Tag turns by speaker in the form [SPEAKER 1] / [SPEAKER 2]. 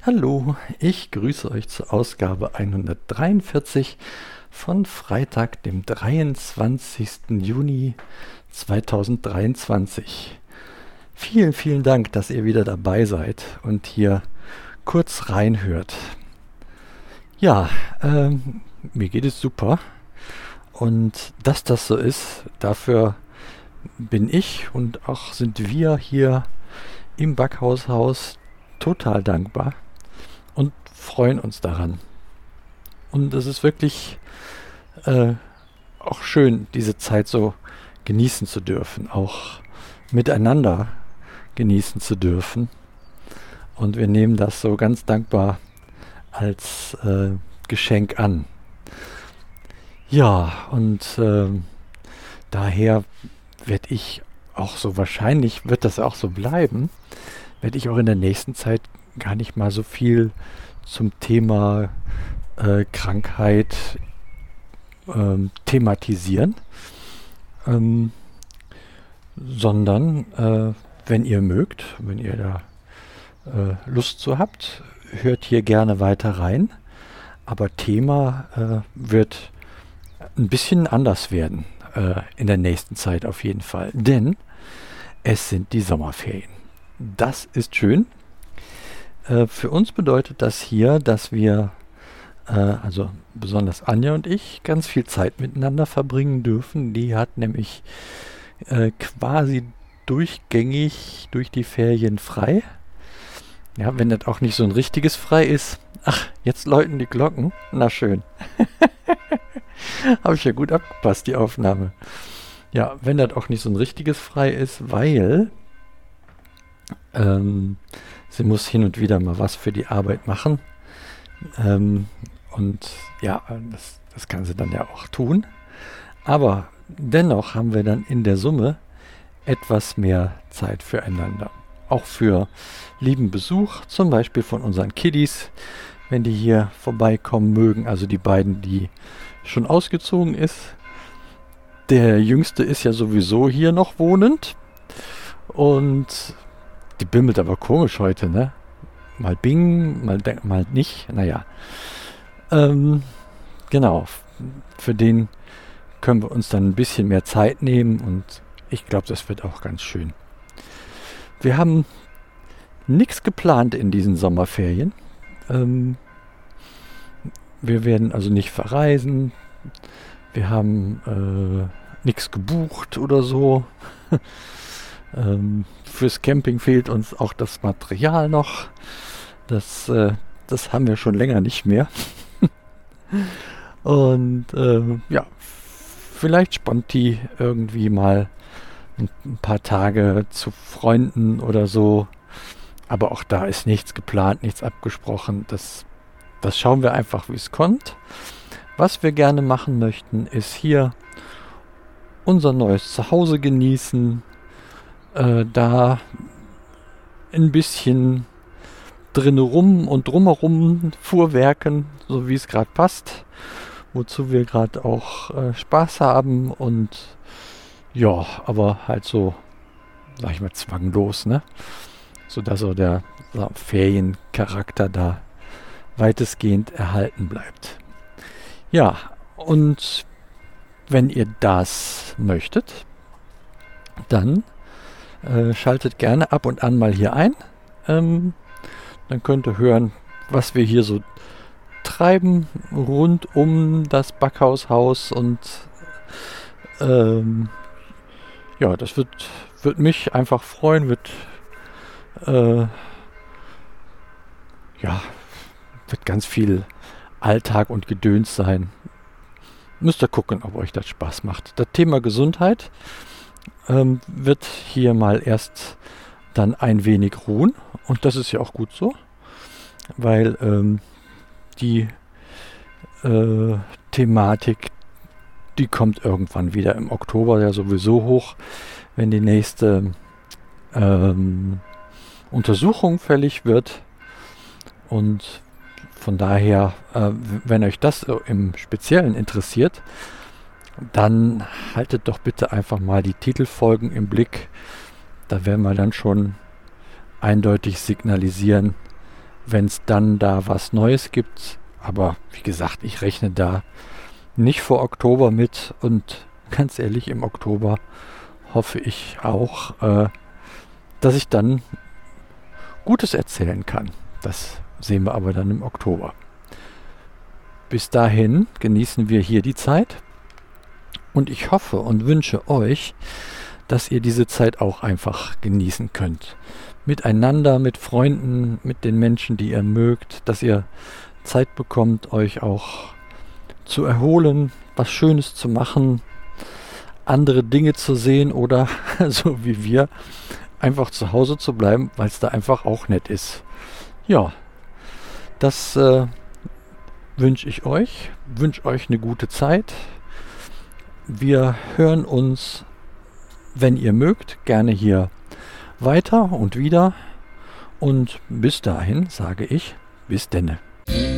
[SPEAKER 1] Hallo, ich grüße euch zur Ausgabe 143 von Freitag, dem 23. Juni 2023. Vielen, vielen Dank, dass ihr wieder dabei seid und hier kurz reinhört. Ja, mir geht es super und dass das so ist, dafür bin ich und auch sind wir hier im Backhaushaus total dankbar und freuen uns daran. Und es ist wirklich auch schön, diese Zeit so genießen zu dürfen, auch miteinander genießen zu dürfen. Und wir nehmen das so ganz dankbar als Geschenk an. Ja, und daher werde ich auch so, wahrscheinlich wird das auch so bleiben, werde ich auch in der nächsten Zeit gar nicht mal so viel zum Thema Krankheit thematisieren, sondern wenn ihr mögt, wenn ihr da Lust zu habt, hört hier gerne weiter rein. Aber Thema wird ein bisschen anders werden in der nächsten Zeit auf jeden Fall, denn es sind die Sommerferien. Das ist schön. Für uns bedeutet das hier, dass wir, also besonders Anja und ich, ganz viel Zeit miteinander verbringen dürfen. Die hat nämlich quasi durchgängig durch die Ferien frei. Ja, wenn das auch nicht so ein richtiges frei ist. Ach, jetzt läuten die Glocken. Na schön. Habe ich ja gut abgepasst, die Aufnahme. Ja, wenn das auch nicht so ein richtiges frei ist, weil sie muss hin und wieder mal was für die Arbeit machen. Und ja, das kann sie dann ja auch tun. Aber dennoch haben wir dann in der Summe etwas mehr Zeit füreinander. Auch für lieben Besuch, zum Beispiel von unseren Kiddies, wenn die hier vorbeikommen mögen. Also die beiden, die schon ausgezogen ist. Der Jüngste ist ja sowieso hier noch wohnend. Und die bimmelt aber komisch heute, ne? Mal bing, mal nicht. Naja. Genau. Für den können wir uns dann ein bisschen mehr Zeit nehmen und ich glaube, das wird auch ganz schön. Wir haben nichts geplant in diesen Sommerferien. Wir werden also nicht verreisen. Wir haben nichts gebucht oder so. Fürs Camping fehlt uns auch das Material noch. Das haben wir schon länger nicht mehr. Und ja, vielleicht sponti irgendwie mal ein paar Tage zu Freunden oder so. Aber auch da ist nichts geplant, nichts abgesprochen. Das schauen wir einfach, wie es kommt. Was wir gerne machen möchten, ist hier unser neues Zuhause genießen. Da ein bisschen drin rum und drumherum fuhrwerken, so wie es gerade passt. Wozu wir gerade auch Spaß haben und ja, aber halt so, sag ich mal, zwanglos, ne? Sodass so der Feriencharakter da weitestgehend erhalten bleibt. Ja, und wenn ihr das möchtet, dann schaltet gerne ab und an mal hier ein. Dann könnt ihr hören, was wir hier so treiben rund um das Backhaushaus und ja, das wird mich einfach freuen, wird ganz viel Alltag und Gedöns sein. Müsst ihr gucken, ob euch das Spaß macht. Das Thema Gesundheit wird hier mal erst dann ein wenig ruhen. Und das ist ja auch gut so, weil die Thematik, die kommt irgendwann wieder im Oktober ja sowieso hoch, wenn die nächste Untersuchung fällig wird. Und von daher, wenn euch das im Speziellen interessiert, dann haltet doch bitte einfach mal die Titelfolgen im Blick. Da werden wir dann schon eindeutig signalisieren, wenn es dann da was Neues gibt. Aber wie gesagt, ich rechne da nicht vor Oktober mit. Und ganz ehrlich, im Oktober hoffe ich auch, dass ich dann Gutes erzählen kann. Das sehen wir aber dann im Oktober. Bis dahin genießen wir hier die Zeit. Und ich hoffe und wünsche euch, dass ihr diese Zeit auch einfach genießen könnt. Miteinander, mit Freunden, mit den Menschen, die ihr mögt, dass ihr Zeit bekommt, euch auch zu erholen, was Schönes zu machen, andere Dinge zu sehen oder, so wie wir, einfach zu Hause zu bleiben, weil es da einfach auch nett ist. Ja, das wünsche ich euch. Wünsche euch eine gute Zeit. Wir hören uns, wenn ihr mögt, gerne hier weiter und wieder. Und bis dahin sage ich, bis denne.